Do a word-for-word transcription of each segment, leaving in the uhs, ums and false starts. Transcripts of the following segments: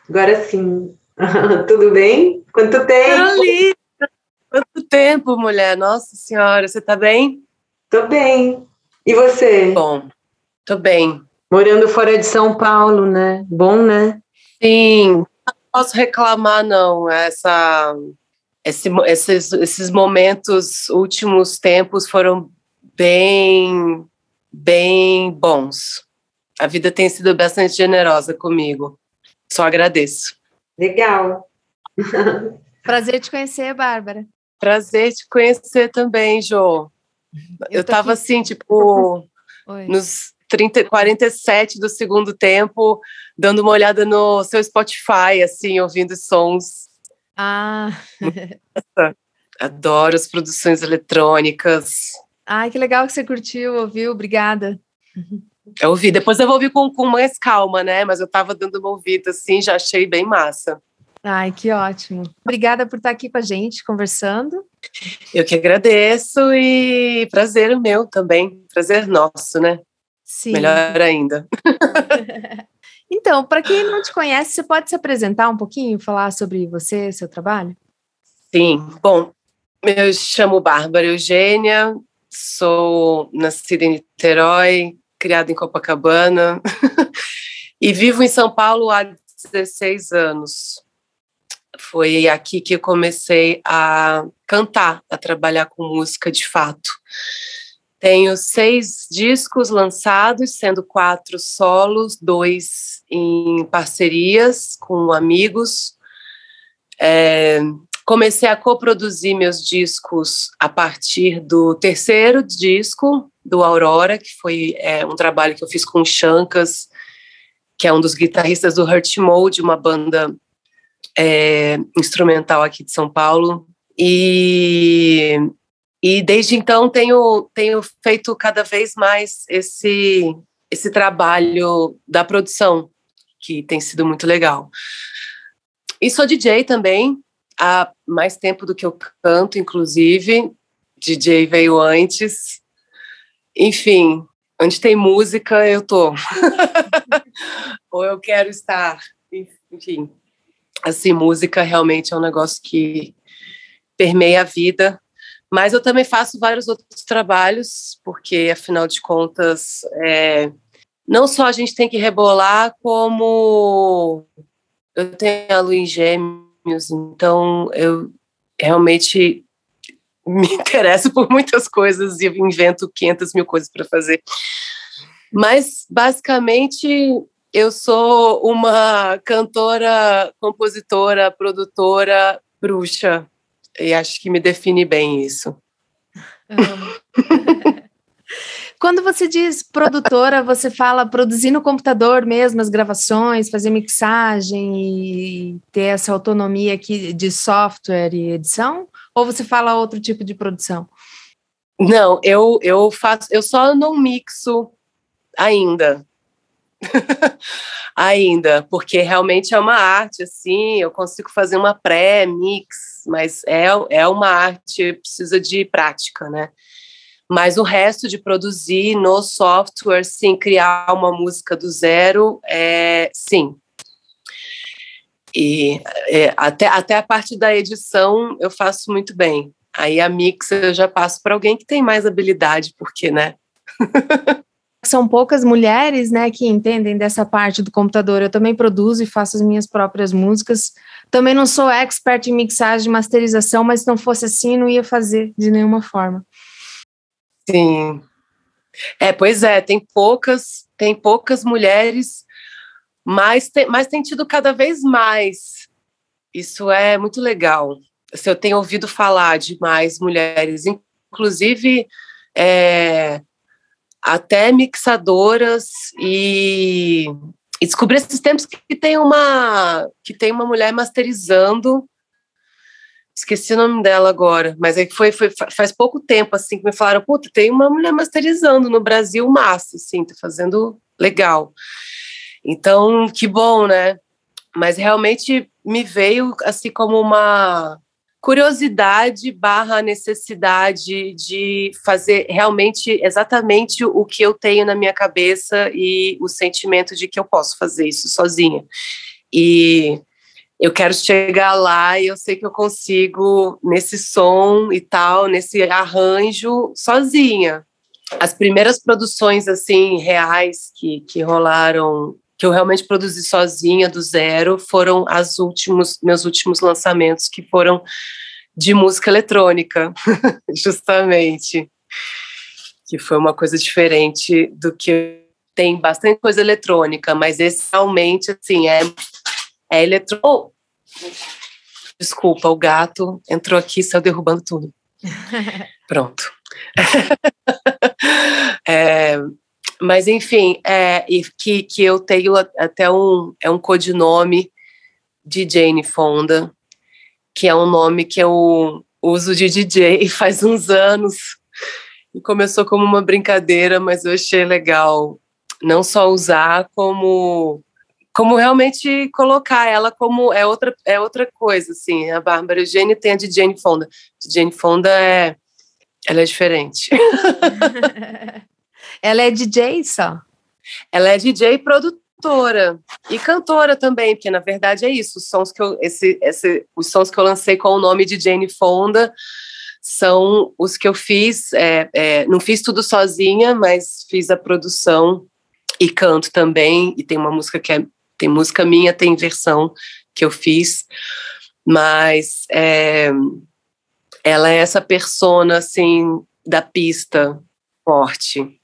Agora sim. Tudo bem? Quanto tempo? Carolina, quanto tempo, mulher? Nossa Senhora, você tá bem? Tô bem. E você? Bom, tô bem. Morando fora de São Paulo, né? Bom, né? Sim, não posso reclamar, não. Essa, esse, esses, esses momentos, últimos tempos foram bem, bem bons. A vida tem sido bastante generosa comigo. Só agradeço. Legal. Prazer te conhecer, Bárbara. Prazer te conhecer também, Jô. Eu, eu tava aqui... assim, tipo, Oi. nos trinta, quarenta e sete do segundo tempo, dando uma olhada no seu Spotify, assim, ouvindo sons. Ah! Adoro as produções eletrônicas. Ai, que legal que você curtiu, ouviu? Obrigada. Eu ouvi, depois eu vou ouvir com, com mais calma, né? Mas eu tava dando uma ouvida, assim, já achei bem massa. Ai, que ótimo. Obrigada por estar aqui com a gente, conversando. Eu que agradeço e prazer meu também, prazer nosso, né? Sim. Melhor ainda. Então, para quem não te conhece, você pode se apresentar um pouquinho, falar sobre você, seu trabalho? Sim, bom, eu chamo Bárbara Eugênia, sou nascida em Niterói, criada em Copacabana e vivo em São Paulo há dezesseis anos. Foi aqui que eu comecei a cantar, a trabalhar com música de fato. Tenho seis discos lançados, sendo quatro solos, dois em parcerias com amigos. É, comecei a coproduzir meus discos a partir do terceiro disco, do Aurora, que foi é, um trabalho que eu fiz com o Chancas, que é um dos guitarristas do Hurt Mode, uma banda é, instrumental aqui de São Paulo. E... E desde então tenho, tenho feito cada vez mais esse, esse trabalho da produção, que tem sido muito legal. E sou D J também, há mais tempo do que eu canto, inclusive. D J veio antes. Enfim, onde tem música, eu tô. Ou eu quero estar. Enfim, assim, música realmente é um negócio que permeia a vida. Mas eu também faço vários outros trabalhos, porque, afinal de contas, é, não só a gente tem que rebolar, como eu tenho a lua em Gêmeos, então eu realmente me interesso por muitas coisas e invento quinhentas mil coisas para fazer. Mas, basicamente, eu sou uma cantora, compositora, produtora, bruxa. E acho que me define bem isso. Quando você diz produtora, você fala produzir no computador mesmo, as gravações, fazer mixagem e ter essa autonomia aqui de software e edição? Ou você fala outro tipo de produção? Não, eu, eu faço, eu só não mixo ainda. ainda, porque realmente é uma arte, assim, eu consigo fazer uma pré-mix, mas é, é uma arte, precisa de prática, né? Mas o resto de produzir no software, sim, criar uma música do zero, é, sim. E é, até, até a parte da edição eu faço muito bem. Aí a mix eu já passo para alguém que tem mais habilidade, porque, né? São poucas mulheres, né, que entendem dessa parte do computador. Eu também produzo e faço as minhas próprias músicas. Também não sou expert em mixagem e masterização, mas se não fosse assim, não ia fazer de nenhuma forma. Sim. É, pois é, tem poucas, tem poucas mulheres, mas tem, mas tem tido cada vez mais. Isso é muito legal. Assim, eu tenho ouvido falar de mais mulheres, inclusive é, até mixadoras, e, e descobri esses tempos que tem uma que tem uma mulher masterizando. Esqueci o nome dela agora, mas é que foi, foi faz pouco tempo assim que me falaram, puta, tem uma mulher masterizando no Brasil, massa, assim, tá fazendo legal. Então, que bom, né? Mas realmente me veio assim como uma curiosidade barra necessidade de fazer realmente exatamente o que eu tenho na minha cabeça e o sentimento de que eu posso fazer isso sozinha. E eu quero chegar lá e eu sei que eu consigo nesse som e tal, nesse arranjo, sozinha. As primeiras produções, assim, reais que, que rolaram, que eu realmente produzi sozinha, do zero, foram as últimos, meus últimos lançamentos, que foram de música eletrônica, justamente. Que foi uma coisa diferente do que... Tem bastante coisa eletrônica, mas esse realmente, assim, é, é eletrônico. Oh, desculpa, o gato entrou aqui e saiu derrubando tudo. Pronto. É, mas, enfim, é, e que, que eu tenho até um, é um codinome de Jane Fonda, que é um nome que eu uso de D J faz uns anos, e começou como uma brincadeira, mas eu achei legal não só usar, como, como realmente colocar ela como é outra, é outra coisa, assim. A Bárbara Eugênia tem a de Jane Fonda. De Jane Fonda é, ela é diferente. Ela é D J só? Ela é D J e produtora e cantora também, porque na verdade é isso. Os sons que eu, esse, esse, os sons que eu lancei com o nome de Jane Fonda são os que eu fiz. É, é, não fiz tudo sozinha, mas fiz a produção e canto também. E tem uma música que é, tem música minha, tem versão que eu fiz, mas é, ela é essa persona assim da pista forte.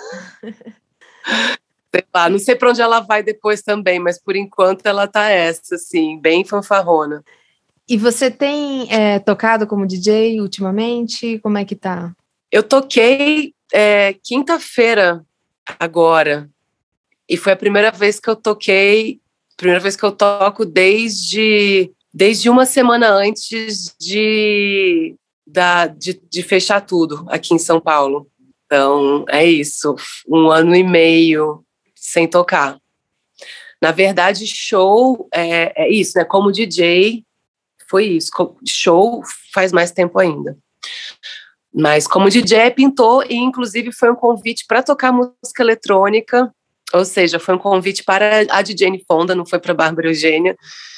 Sei lá, não sei para onde ela vai depois também, mas por enquanto ela tá essa, assim, bem fanfarrona. E você tem é, tocado como D J ultimamente? Como é que tá? Eu toquei é, quinta-feira agora, e foi a primeira vez que eu toquei, primeira vez que eu toco desde, desde uma semana antes de, da, de, de fechar tudo aqui em São Paulo. Então, é isso, um ano e meio sem tocar. Na verdade, show é, é isso, né? Como D J, foi isso. Show faz mais tempo ainda. Mas como D J, pintou, e inclusive foi um convite para tocar música eletrônica, ou seja, foi um convite para a de Jane Fonda, não foi para a Bárbara Eugênia.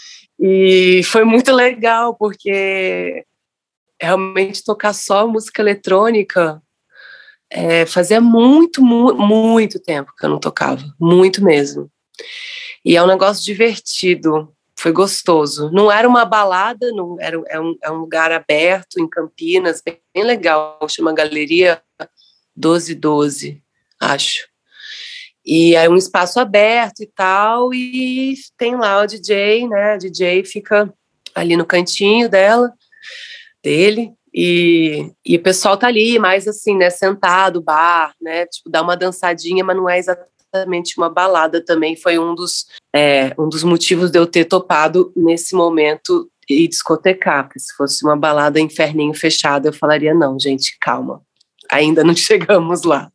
E foi muito legal, porque realmente tocar só música eletrônica... É, fazia muito, mu- muito tempo que eu não tocava, muito mesmo. E é um negócio divertido, foi gostoso. Não era uma balada, não, era, é, um, é um lugar aberto em Campinas, bem, bem legal, chama Galeria doze doze, acho. E é um espaço aberto e tal, e tem lá o D J, né? A D J fica ali no cantinho dela, dele. E, e o pessoal tá ali, mais assim, né, sentado, bar, né, tipo, dá uma dançadinha, mas não é exatamente uma balada também. Foi um dos, é, um dos motivos de eu ter topado nesse momento e discotecar, porque se fosse uma balada inferninho fechada, eu falaria, não, gente, calma, ainda não chegamos lá.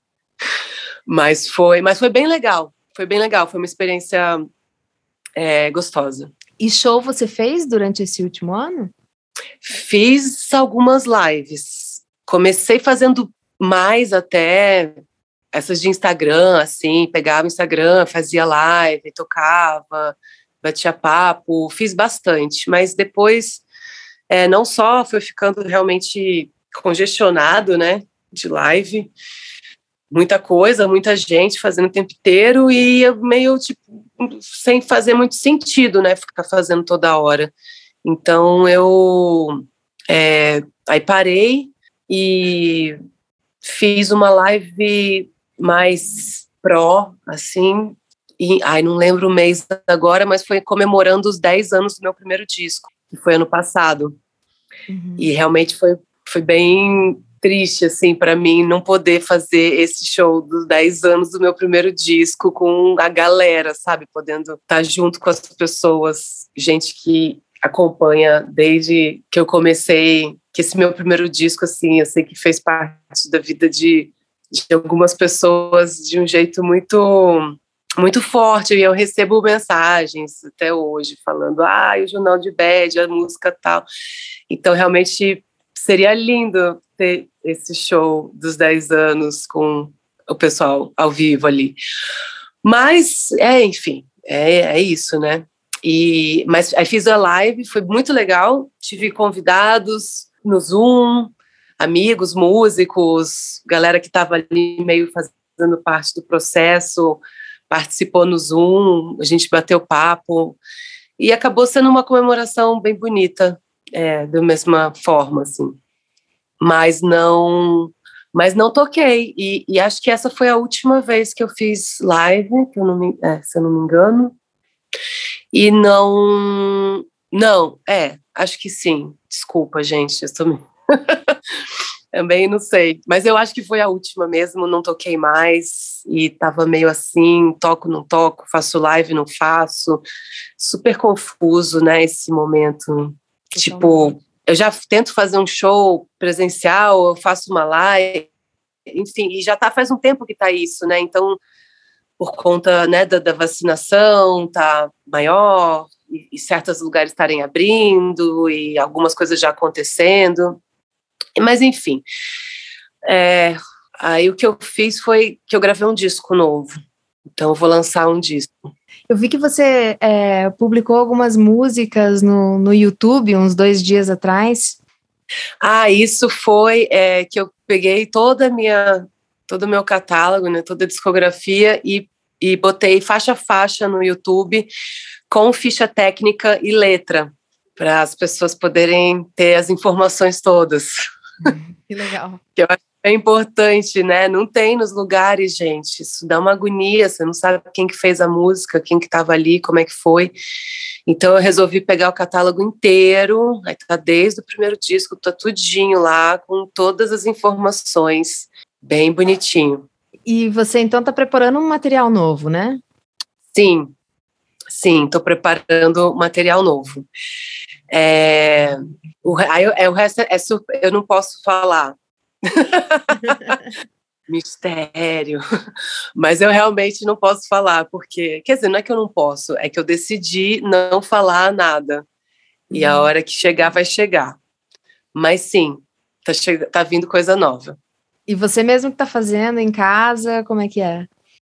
Mas foi, mas foi bem legal, foi bem legal, foi uma experiência é, gostosa. E show você fez durante esse último ano? Fiz algumas lives. Comecei fazendo mais até essas de Instagram, assim, pegava o Instagram, fazia live, tocava, batia papo, fiz bastante. Mas depois, é, não só foi ficando realmente congestionado, né, de live, muita coisa, muita gente fazendo o tempo inteiro e eu meio, tipo, sem fazer muito sentido, né, ficar fazendo toda hora. Então, eu é, aí parei e fiz uma live mais pró, assim, e, ai, não lembro o mês agora, mas foi comemorando os dez anos do meu primeiro disco, que foi ano passado. Uhum. E realmente foi, foi bem triste, assim, para mim, não poder fazer esse show dos dez anos do meu primeiro disco com a galera, sabe? Podendo estar junto com as pessoas, gente que acompanha desde que eu comecei, que esse meu primeiro disco, assim, eu sei que fez parte da vida de, de algumas pessoas de um jeito muito, muito forte, e eu recebo mensagens até hoje, falando, ah, o Jornal de Bad, a música tal. Então, realmente, seria lindo ter esse show dos dez anos com o pessoal ao vivo ali. Mas, é, enfim, é, é isso, né? E, mas aí fiz a live, foi muito legal, tive convidados no Zoom, amigos, músicos, galera que estava ali meio fazendo parte do processo, participou no Zoom, a gente bateu papo, e acabou sendo uma comemoração bem bonita, é, da mesma forma, assim. Mas não, mas não toquei, e, e acho que essa foi a última vez que eu fiz live, que eu não me, é, se eu não me engano, e não, não, é, acho que sim, desculpa, gente, eu estou me... Também não sei, mas eu acho que foi a última mesmo, não toquei mais e tava meio assim, toco, não toco, faço live, não faço, super confuso, né, esse momento. Tipo, eu já tento fazer um show presencial, eu faço uma live, enfim, e já tá faz um tempo que tá isso, né, então, por conta, né, da, da vacinação, tá maior, e, e certos lugares estarem abrindo, e algumas coisas já acontecendo. Mas, enfim, é, aí o que eu fiz foi que eu gravei um disco novo. Então, eu vou lançar um disco. Eu vi que você é, publicou algumas músicas no, no YouTube uns dois dias atrás. Ah, isso foi é, que eu peguei toda a minha, todo o meu catálogo, né, toda a discografia e, e botei faixa a faixa no YouTube com ficha técnica e letra, para as pessoas poderem ter as informações todas. Que legal. Que eu acho que é importante, né? Não tem nos lugares, gente. Isso dá uma agonia, você não sabe quem que fez a música, quem que estava ali, como é que foi. Então eu resolvi pegar o catálogo inteiro, aí tá desde o primeiro disco, tá tudinho lá, com todas as informações, bem bonitinho. E você então tá preparando um material novo, né? Sim, sim, tô preparando material novo. É, o, aí, é, o resto é, é super, eu não posso falar. Mistério. Mas eu realmente não posso falar, porque, quer dizer, não é que eu não posso, é que eu decidi não falar nada. E a hora que chegar, vai chegar. Mas sim, tá, che- tá vindo coisa nova. E você mesmo que tá fazendo em casa, como é que é?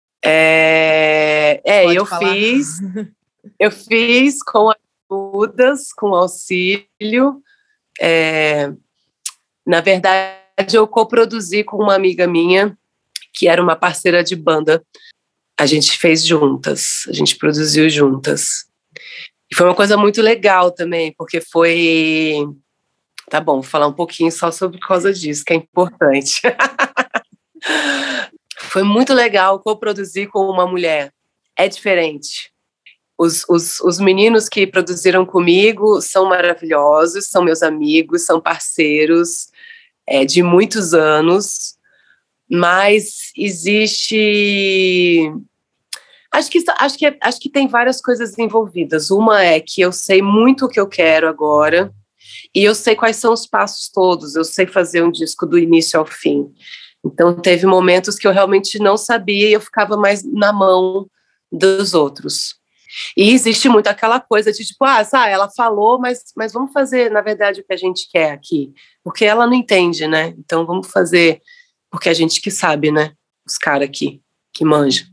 É, é eu falar. fiz, eu fiz com ajudas, com auxílio. É, na verdade, eu coproduzi com uma amiga minha, que era uma parceira de banda. A gente fez juntas, a gente produziu juntas. E foi uma coisa muito legal também, porque foi... Tá bom, vou falar um pouquinho só sobre causa disso, que é importante. Foi muito legal coproduzir com uma mulher. É diferente. Os, os, os meninos que produziram comigo são maravilhosos, são meus amigos, são parceiros é, de muitos anos, mas existe... Acho que, acho, que, acho que tem várias coisas envolvidas. Uma é que eu sei muito o que eu quero agora e eu sei quais são os passos todos, eu sei fazer um disco do início ao fim. Então, teve momentos que eu realmente não sabia e eu ficava mais na mão dos outros. E existe muito aquela coisa de tipo, ah, sabe, ela falou, mas, mas vamos fazer, na verdade, o que a gente quer aqui. Porque ela não entende, né? Então, vamos fazer porque a gente que sabe, né? Os caras aqui, que manjam.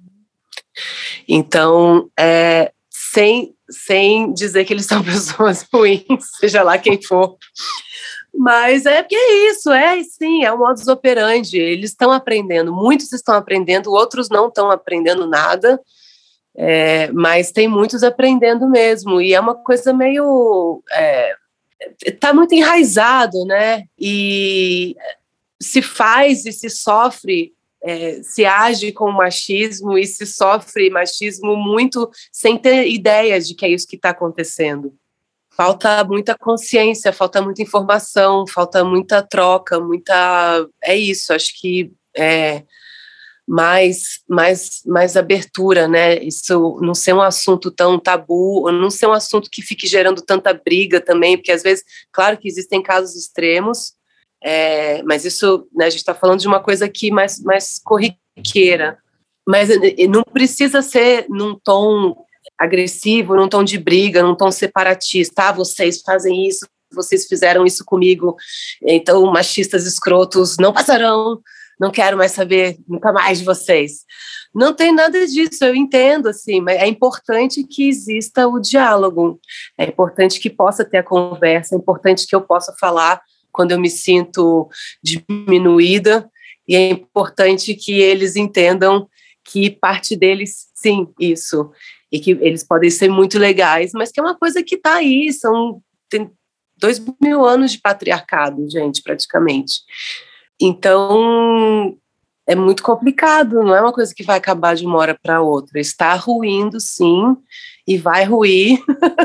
Então, é, sem, sem dizer que eles são pessoas ruins, seja lá quem for. Mas é porque é isso, é sim, é o modus operandi. Eles estão aprendendo, muitos estão aprendendo, outros não estão aprendendo nada, é, mas tem muitos aprendendo mesmo. E é uma coisa meio... É, tá muito enraizado, né? E se faz e se sofre... É, se age com machismo e se sofre machismo muito sem ter ideia de que é isso que está acontecendo. Falta muita consciência, falta muita informação, falta muita troca, muita... É isso, acho que é mais, mais, mais abertura, né? Isso não ser um assunto tão tabu, não ser um assunto que fique gerando tanta briga também, porque às vezes, claro que existem casos extremos, É, mas isso, né, a gente está falando de uma coisa aqui mais, mais corriqueira. Mas não precisa ser num tom agressivo, num tom de briga, num tom separatista. Ah, vocês fazem isso, vocês fizeram isso comigo, então machistas escrotos não passarão, não quero mais saber nunca mais de vocês. Não tem nada disso, eu entendo, assim, mas é importante que exista o diálogo, é importante que possa ter a conversa, é importante que eu possa falar quando eu me sinto diminuída, e é importante que eles entendam que parte deles, sim, isso, e que eles podem ser muito legais, mas que é uma coisa que está aí, são, tem dois mil anos de patriarcado, gente, praticamente. Então, é muito complicado, não é uma coisa que vai acabar de uma hora para outra. Está ruindo, sim, e vai ruir.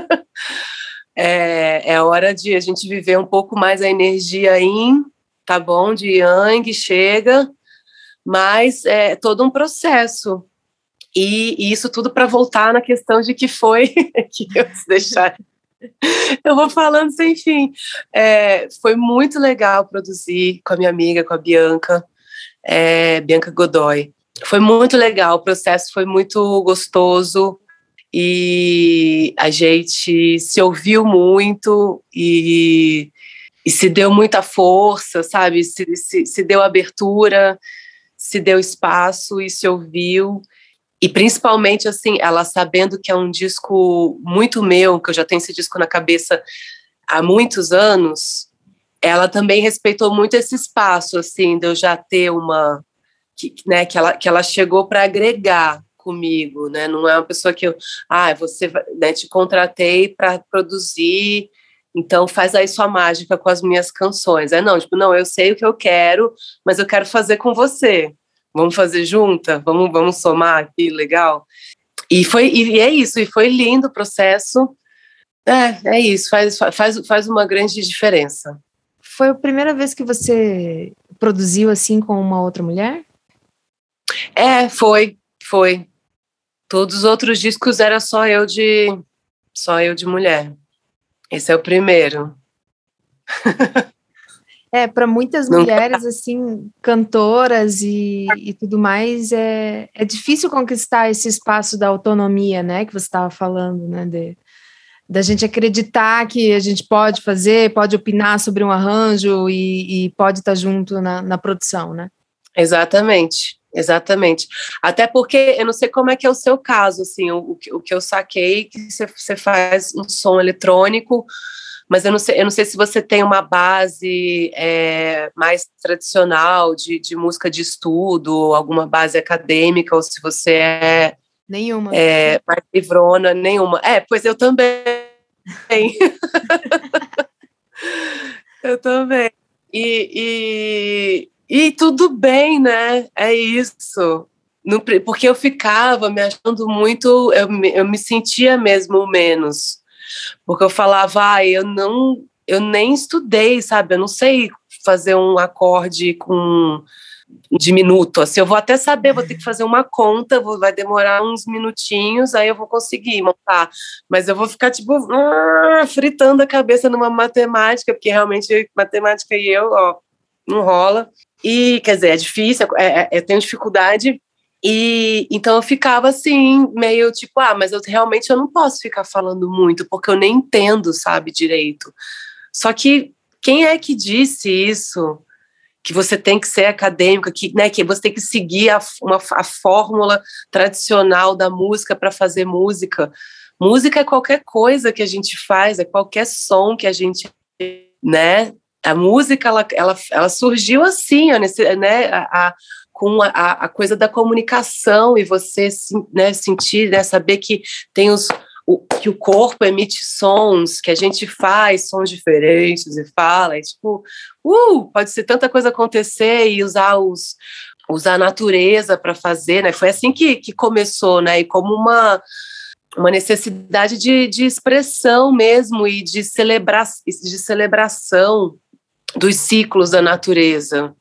é, é hora de a gente viver um pouco mais a energia yin, tá bom? De yang, chega, mas é todo um processo. E, e isso tudo para voltar na questão de que foi que eu se deixar. Eu vou falando sem fim. É, foi muito legal produzir com a minha amiga, com a Bianca. É, Bianca Godoy. Foi muito legal, o processo foi muito gostoso e a gente se ouviu muito e, e se deu muita força, sabe? Se, se, se deu abertura, se deu espaço e se ouviu. E principalmente, assim, ela sabendo que é um disco muito meu, que eu já tenho esse disco na cabeça há muitos anos, ela também respeitou muito esse espaço, assim, de eu já ter uma... Que, né, que, ela, que ela chegou para agregar comigo, né? Não é uma pessoa que eu... Ah, você, né, te contratei para produzir, então faz aí sua mágica com as minhas canções. É não, tipo, não, eu sei o que eu quero, mas eu quero fazer com você. Vamos fazer junta? Vamos, vamos somar aqui, legal? E, foi, e é isso, e foi lindo o processo. É, é isso, faz, faz, faz uma grande diferença. Foi a primeira vez que você produziu assim com uma outra mulher? É, foi, foi. Todos os outros discos era só eu de, só eu de mulher. Esse é o primeiro. É, para muitas Nunca... mulheres, assim, cantoras e, e tudo mais, é, é difícil conquistar esse espaço da autonomia, né, que você estava falando, né, de... da gente acreditar que a gente pode fazer, pode opinar sobre um arranjo e, e pode estar junto na, na produção, né? Exatamente, exatamente. Até porque eu não sei como é que é o seu caso, assim, o, o que eu saquei que você, você faz um som eletrônico, mas eu não sei, eu não sei se você tem uma base é, mais tradicional de, de música de estudo, alguma base acadêmica, ou se você é... Nenhuma. É, mais livrona, nenhuma. É, pois eu também. Eu também. E, e, e tudo bem, né? É isso. No, porque eu ficava me achando muito... Eu me, eu me sentia mesmo menos. Porque eu falava, ah, eu não... Eu nem estudei, sabe? Eu não sei fazer um acorde com... diminuto, assim, eu vou até saber, vou ter que fazer uma conta, vou, vai demorar uns minutinhos, aí eu vou conseguir montar, mas eu vou ficar, tipo, uh, fritando a cabeça numa matemática, porque realmente matemática e eu, ó, não rola, e, quer dizer, é difícil, é, é, eu tenho dificuldade, e então eu ficava assim, meio tipo, ah, mas eu realmente eu não posso ficar falando muito, porque eu nem entendo, sabe, direito, só que quem é que disse isso? Que você tem que ser acadêmica, que, né, que você tem que seguir a, uma, a fórmula tradicional da música para fazer música. Música é qualquer coisa que a gente faz, é qualquer som que a gente... Né? A música, ela, ela, ela surgiu assim, ó, nesse, né, a, a, com a, a coisa da comunicação e você, né, sentir, né, saber que tem os... O, que o corpo emite sons, que a gente faz sons diferentes e fala, e tipo, uh, pode ser tanta coisa acontecer e usar, os, usar a natureza para fazer, né? Foi assim que, que começou, né? E como uma, uma necessidade de, de expressão mesmo e de, celebra, de celebração dos ciclos da natureza.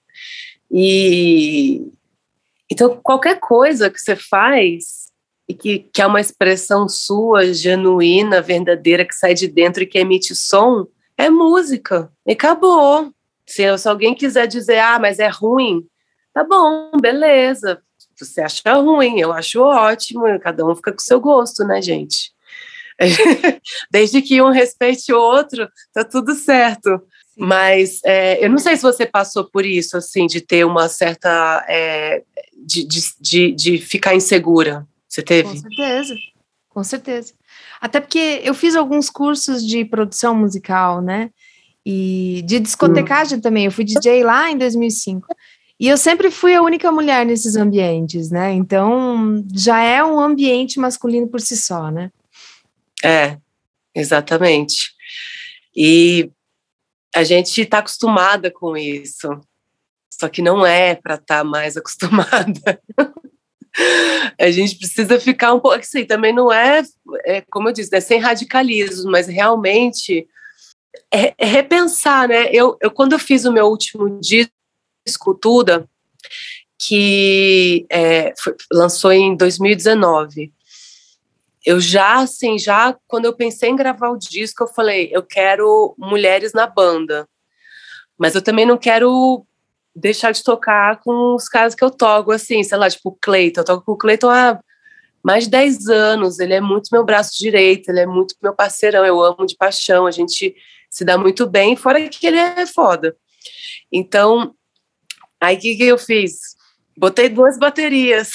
E então, qualquer coisa que você faz e que, que é uma expressão sua, genuína, verdadeira, que sai de dentro e que emite som, é música. E acabou. Se, se alguém quiser dizer, ah, mas é ruim, tá bom, beleza. Você acha ruim, eu acho ótimo, cada um fica com o seu gosto, né, gente? Desde que um respeite o outro, tá tudo certo. Mas é, eu não sei se você passou por isso, assim, de ter uma certa... É, de, de, de, de ficar insegura. Você teve? Com certeza, com certeza. Até porque eu fiz alguns cursos de produção musical, né? E de discotecagem hum. também. Eu fui D J lá em dois mil e cinco. E eu sempre fui a única mulher nesses ambientes, né? Então, já é um ambiente masculino por si só, né? É, exatamente. E a gente está acostumada com isso. Só que não é para estar tá mais acostumada. A gente precisa ficar um pouco... Assim, também não é, é como eu disse, né, sem radicalismo, mas realmente é, é repensar, né? Eu, eu, quando eu fiz o meu último disco, Tuda, que é, foi, lançou em dois mil e dezenove, eu já, assim, já quando eu pensei em gravar o disco, eu falei, eu quero mulheres na banda, mas eu também não quero deixar de tocar com os caras que eu toco, assim, sei lá, tipo o Cleiton. Eu toco com o Cleiton há mais de dez anos, ele é muito meu braço direito, ele é muito meu parceirão, eu amo de paixão, a gente se dá muito bem, fora que ele é foda. Então, aí o que, que eu fiz? Botei duas baterias.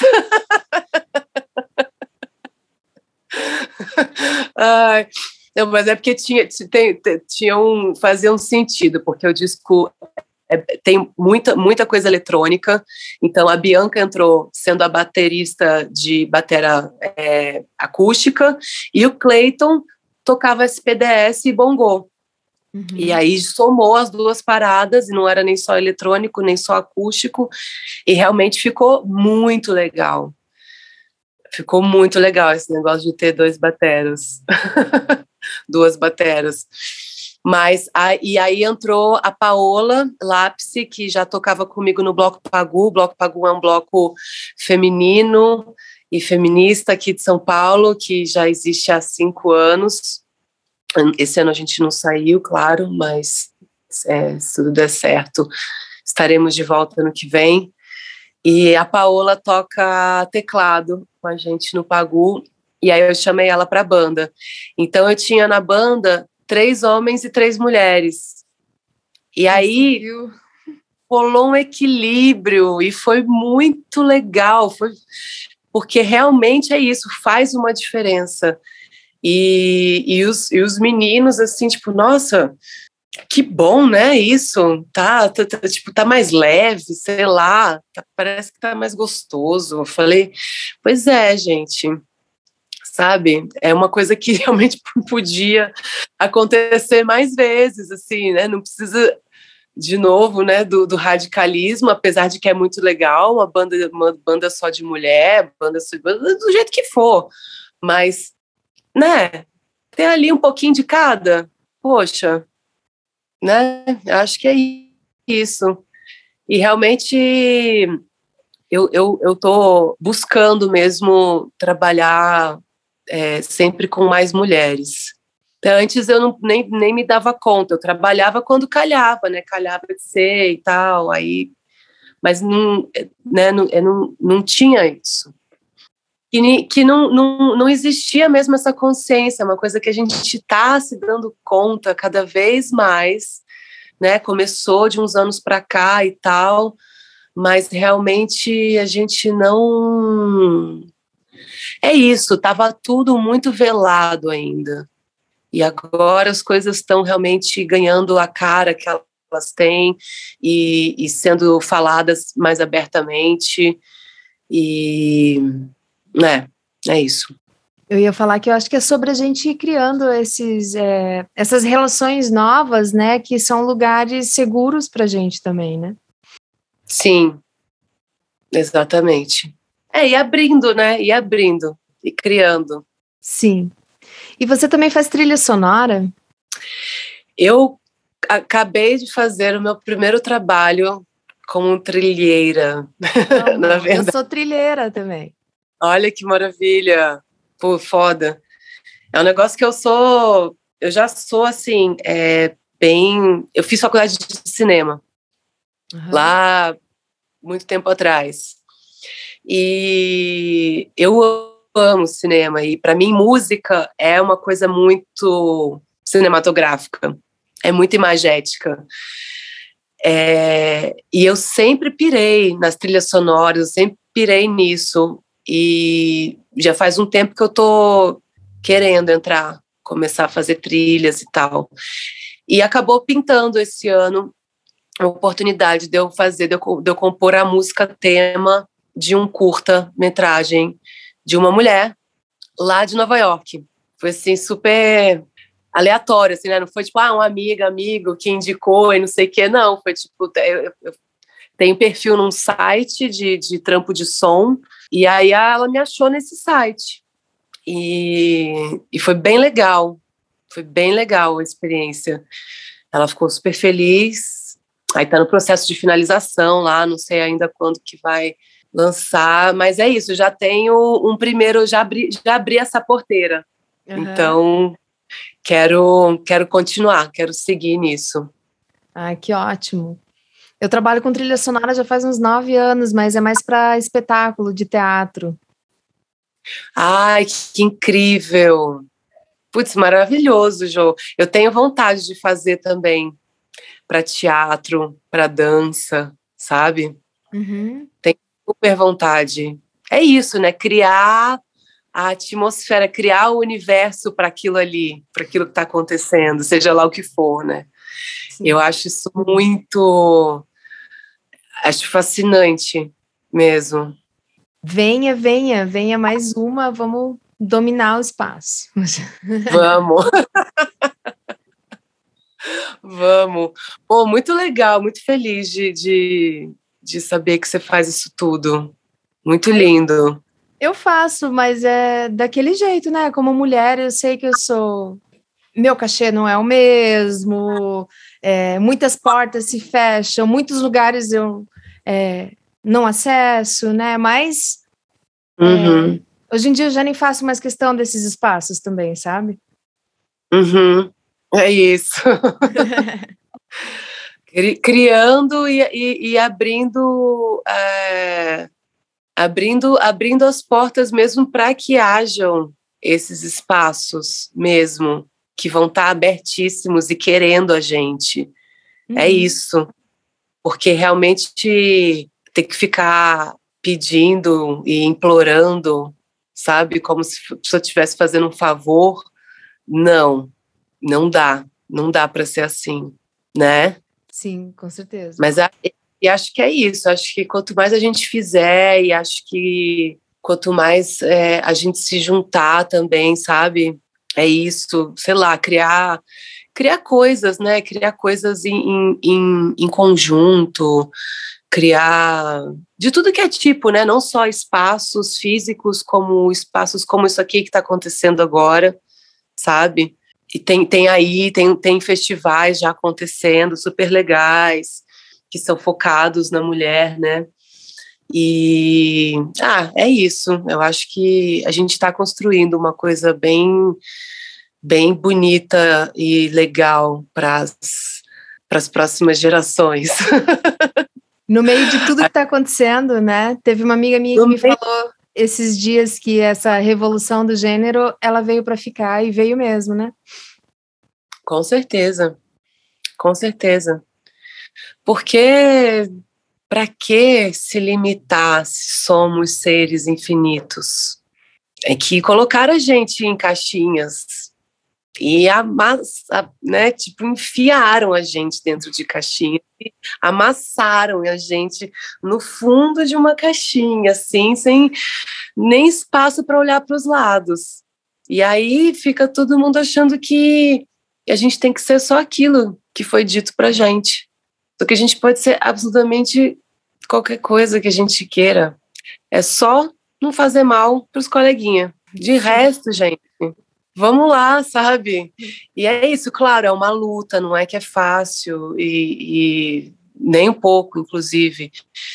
Ai, não, mas é porque tinha, tem, tinha um, fazia um sentido, porque o disco é, tem muita, muita coisa eletrônica, então a Bianca entrou sendo a baterista de batera é, acústica, e o Cleiton tocava S P D S e bongô. Uhum. E aí somou as duas paradas, e não era nem só eletrônico, nem só acústico, e realmente ficou muito legal. Ficou muito legal esse negócio de ter dois bateros. Duas bateras. Mas, a, e aí entrou a Paola Lápise, que já tocava comigo no Bloco Pagu. O Bloco Pagu é um bloco feminino e feminista aqui de São Paulo, que já existe há cinco anos. Esse ano a gente não saiu, claro, mas é, se tudo der certo, estaremos de volta ano que vem. E a Paola toca teclado com a gente no Pagu, e aí eu chamei ela para a banda. Então eu tinha na banda três homens e três mulheres. E aí rolou um equilíbrio e foi muito legal, foi, porque realmente é isso, faz uma diferença. E, e, os, e os meninos, assim, tipo, nossa, que bom, né, isso, tá, tá, tá, tipo, tá mais leve, sei lá, tá, parece que tá mais gostoso. Eu falei, pois é, gente, sabe, é uma coisa que realmente podia acontecer mais vezes, assim, né, não precisa, de novo, né, do, do radicalismo, apesar de que é muito legal, uma banda, uma banda só de mulher, banda só de, do jeito que for, mas, né, tem ali um pouquinho de cada, poxa, né, acho que é isso, e realmente eu, eu, eu tô buscando mesmo trabalhar é, sempre com mais mulheres. Antes eu não, nem, nem me dava conta, eu trabalhava quando calhava, né, calhava de ser e tal, aí, mas não, né, não, não, não tinha isso. E que não, não, não existia mesmo essa consciência, uma coisa que a gente está se dando conta cada vez mais, né? Começou de uns anos para cá e tal, mas realmente a gente não... É isso, estava tudo muito velado ainda. E agora as coisas estão realmente ganhando a cara que elas têm e, e sendo faladas mais abertamente. E... É, é isso. Eu ia falar que eu acho que é sobre a gente ir criando esses, é, essas relações novas, né, que são lugares seguros para a gente também, né? Sim, exatamente. É, e abrindo, né, e abrindo, e criando. Sim. E você também faz trilha sonora? Eu acabei de fazer o meu primeiro trabalho como trilheira, Não, na verdade. Eu sou trilheira também. Olha que maravilha, pô, foda. É um negócio que eu sou, eu já sou assim, é, bem... Eu fiz faculdade de cinema, uhum. Lá, muito tempo atrás. E eu amo cinema, e para mim música é uma coisa muito cinematográfica. é muito imagética. É, e eu sempre pirei nas trilhas sonoras, eu sempre pirei nisso, e já faz um tempo que eu tô querendo entrar, começar a fazer trilhas e tal. E acabou pintando esse ano a oportunidade de eu fazer, de eu, de eu compor a música tema de um curta-metragem de uma mulher lá de Nova York. Foi assim, super aleatório, assim, né? Não foi tipo, ah, uma amiga, amigo que indicou e não sei o quê, não. Foi tipo, eu, eu tenho perfil num site de, de trampo de som, e aí ela me achou nesse site. E, e foi bem legal, foi bem legal a experiência. Ela ficou super feliz, aí tá no processo de finalização lá, não sei ainda quando que vai lançar, mas é isso, já tenho um primeiro, já abri, já abri essa porteira. Uhum. Então, quero, quero continuar, quero seguir nisso. Ah, que ótimo. Eu trabalho com trilha sonora já faz uns nove anos, mas é mais para espetáculo de teatro. Ai, que incrível! Putz, maravilhoso, Jô. Eu tenho vontade de fazer também para teatro, para dança, sabe? Uhum. Tenho super vontade. É isso, né? Criar a atmosfera, criar o universo para aquilo ali, para aquilo que está acontecendo, seja lá o que for, né? Sim. Eu acho isso muito... Acho fascinante mesmo. Venha, venha, venha mais uma, vamos dominar o espaço. Vamos. Vamos. Pô, muito legal, muito feliz de, de, de saber que você faz isso tudo. Muito lindo. Eu faço, mas é daquele jeito, né? Como mulher, eu sei que eu sou... Meu cachê não é o mesmo, é, muitas portas se fecham, muitos lugares eu é, não acesso, né? Mas uhum. é, hoje em dia eu já nem faço mais questão desses espaços também, sabe? Uhum. É isso. Criando e, e, e abrindo, é, abrindo, abrindo as portas mesmo para que hajam esses espaços mesmo, que vão estar abertíssimos e querendo a gente. Uhum. É isso. Porque realmente ter que ficar pedindo e implorando, sabe? Como se eu estivesse fazendo um favor. Não, não dá. Não dá para ser assim, né? Sim, com certeza. Mas a, e acho que é isso. Acho que quanto mais a gente fizer, e acho que quanto mais é, a gente se juntar também, sabe? É isso, sei lá, criar, criar coisas, né? Criar coisas em, em, em conjunto, criar de tudo que é tipo, né? Não só espaços físicos, como espaços como isso aqui que está acontecendo agora, sabe? E tem, tem aí, tem, tem festivais já acontecendo, super legais, que são focados na mulher, né? E, ah, é isso. Eu acho que a gente está construindo uma coisa bem, bem bonita e legal para as próximas gerações. No meio de tudo que está acontecendo, né? Teve uma amiga minha que me falou esses dias que essa revolução do gênero, ela veio para ficar, e veio mesmo, né? Com certeza, com certeza. Porque para que se limitar se somos seres infinitos? É que colocaram a gente em caixinhas e amassa, né, tipo, enfiaram a gente dentro de caixinhas e amassaram a gente no fundo de uma caixinha, assim, sem nem espaço para olhar para os lados. E aí fica todo mundo achando que a gente tem que ser só aquilo que foi dito pra gente. Só que a gente pode ser absolutamente qualquer coisa que a gente queira. É só não fazer mal pros coleguinhas. De resto, gente, vamos lá, sabe? E é isso, claro, é uma luta, não é que é fácil, e, e nem um pouco, inclusive.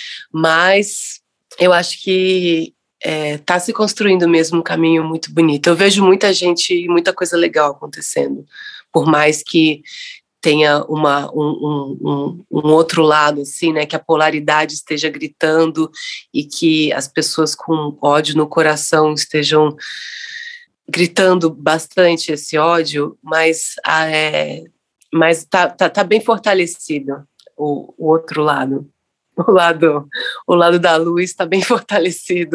Mas eu acho que está é, se construindo mesmo um caminho muito bonito. Eu vejo muita gente e muita coisa legal acontecendo, por mais que tenha uma, um, um, um outro lado, assim, né, que a polaridade esteja gritando e que as pessoas com ódio no coração estejam gritando bastante esse ódio, mas é, mas tá, tá, tá bem fortalecido o, o outro lado. O lado, o lado da luz está bem fortalecido.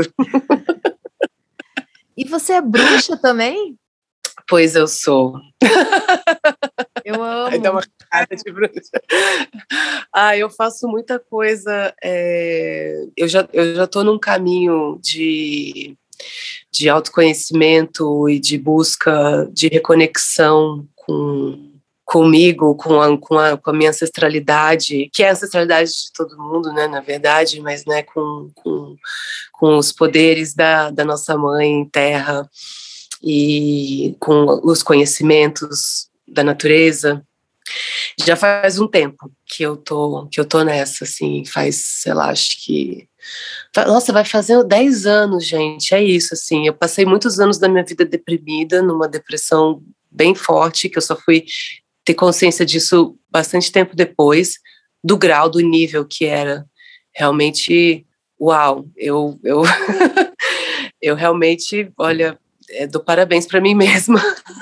E você é bruxa também? Pois eu sou. Eu amo. Aí dá uma cara de bruxa. Ah, eu faço muita coisa. É, eu já eu já estou num caminho de, de autoconhecimento e de busca de reconexão com comigo, com a, com, a, com a minha ancestralidade, que é a ancestralidade de todo mundo, né, na verdade, mas né, com, com, com os poderes da, da nossa mãe terra e com os conhecimentos da natureza. Já faz um tempo que eu tô, que eu tô nessa, assim, faz, sei lá, acho que... Nossa, vai fazer dez anos, gente, é isso, assim, eu passei muitos anos da minha vida deprimida, numa depressão bem forte, que eu só fui ter consciência disso bastante tempo depois, do grau, do nível que era. Realmente, uau, eu, eu, eu realmente, olha, é, dou parabéns para mim mesma.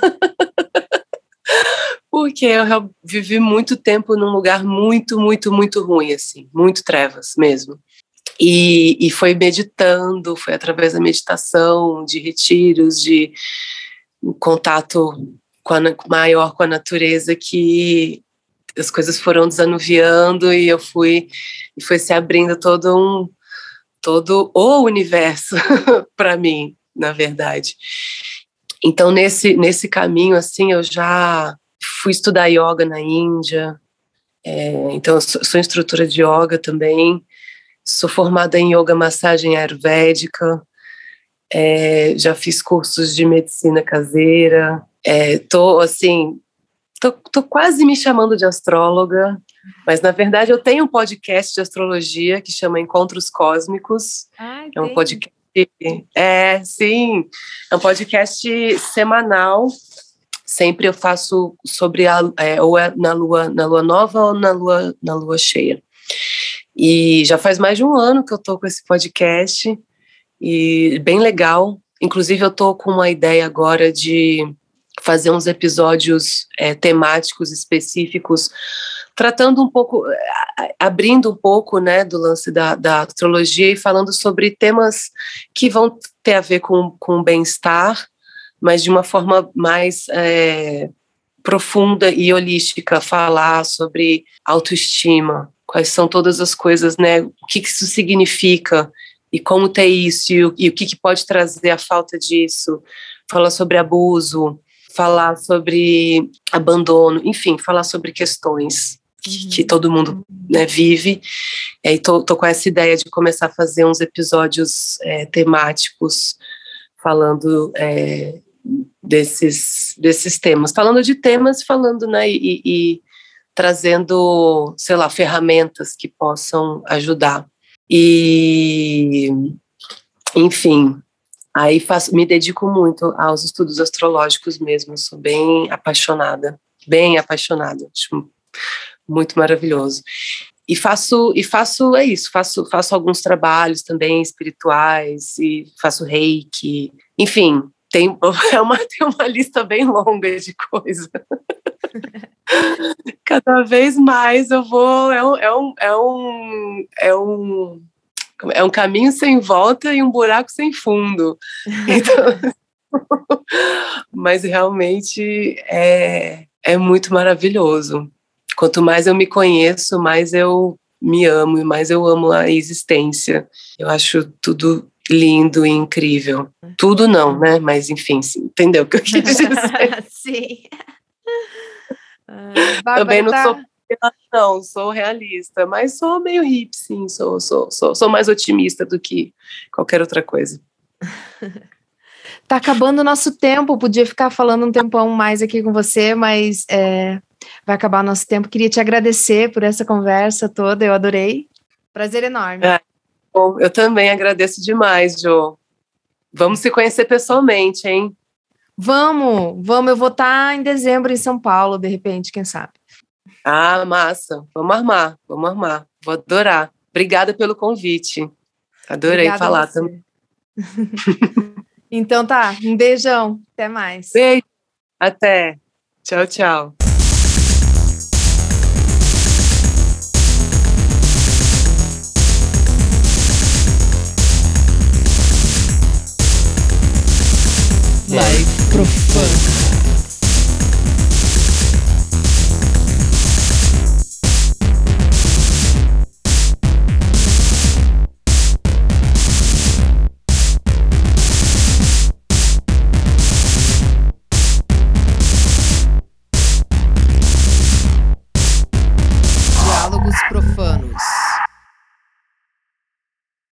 Porque eu vivi muito tempo num lugar muito, muito, muito ruim, assim, muito trevas mesmo. E, e foi meditando, foi através da meditação, de retiros, de contato com a, maior com a natureza que as coisas foram desanuviando e eu fui e foi se abrindo todo um todo o universo para mim, na verdade. Então nesse nesse caminho assim eu já fui estudar yoga na Índia, é, então eu sou, sou instrutora de yoga também, sou formada em yoga massagem ayurvédica, é, já fiz cursos de medicina caseira. É, tô, assim, tô, tô quase me chamando de astróloga, mas, na verdade, eu tenho um podcast de astrologia que chama Encontros Cósmicos. Ai, é um tem. podcast... É, sim. É um podcast semanal. Sempre eu faço sobre a... É, ou é na lua, na lua nova ou na lua, na lua cheia. E já faz mais de um ano que eu tô com esse podcast. E bem legal. Inclusive, eu tô com uma ideia agora de fazer uns episódios é, temáticos específicos, tratando um pouco, abrindo um pouco, né, do lance da, da astrologia e falando sobre temas que vão ter a ver com, com bem-estar, mas de uma forma mais é, profunda e holística, falar sobre autoestima, quais são todas as coisas, né, o que isso significa, e como ter isso, e o, e o que, que pode trazer a falta disso, falar sobre abuso, falar sobre abandono, enfim, falar sobre questões que, que todo mundo, né, vive. E tô, tô com essa ideia de começar a fazer uns episódios é, temáticos falando é, desses, desses temas, falando de temas, falando, né, e, e trazendo, sei lá, ferramentas que possam ajudar. E, enfim, aí faço, me dedico muito aos estudos astrológicos mesmo, sou bem apaixonada, bem apaixonada, acho muito maravilhoso. E faço, e faço é isso, faço, faço alguns trabalhos também espirituais, e faço reiki, enfim, tem, é uma, tem uma lista bem longa de coisas. Cada vez mais eu vou, é um, é um, é um, é um, é um caminho sem volta e um buraco sem fundo. Então, mas realmente é, é muito maravilhoso. Quanto mais eu me conheço, mais eu me amo e mais eu amo a existência. Eu acho tudo lindo e incrível. Tudo não, né? Mas enfim, sim, entendeu o que eu quis dizer? Sim. Uh, Também não tá... sou não, sou realista, mas sou meio hippie, sim, sou, sou, sou, sou mais otimista do que qualquer outra coisa. Tá acabando o nosso tempo, podia ficar falando um tempão mais aqui com você, mas é, vai acabar o nosso tempo. Queria te agradecer por essa conversa toda, eu adorei. Prazer enorme. É, bom, eu também agradeço demais, Jo. Vamos se conhecer pessoalmente, hein? Vamos, vamos, eu vou estar em dezembro em São Paulo, de repente, quem sabe. Ah, massa, vamos armar, vamos armar, vou adorar. Obrigada pelo convite, adorei Obrigada falar também. Então tá, um beijão, até mais. Beijo, até, tchau, tchau. Afrofunk.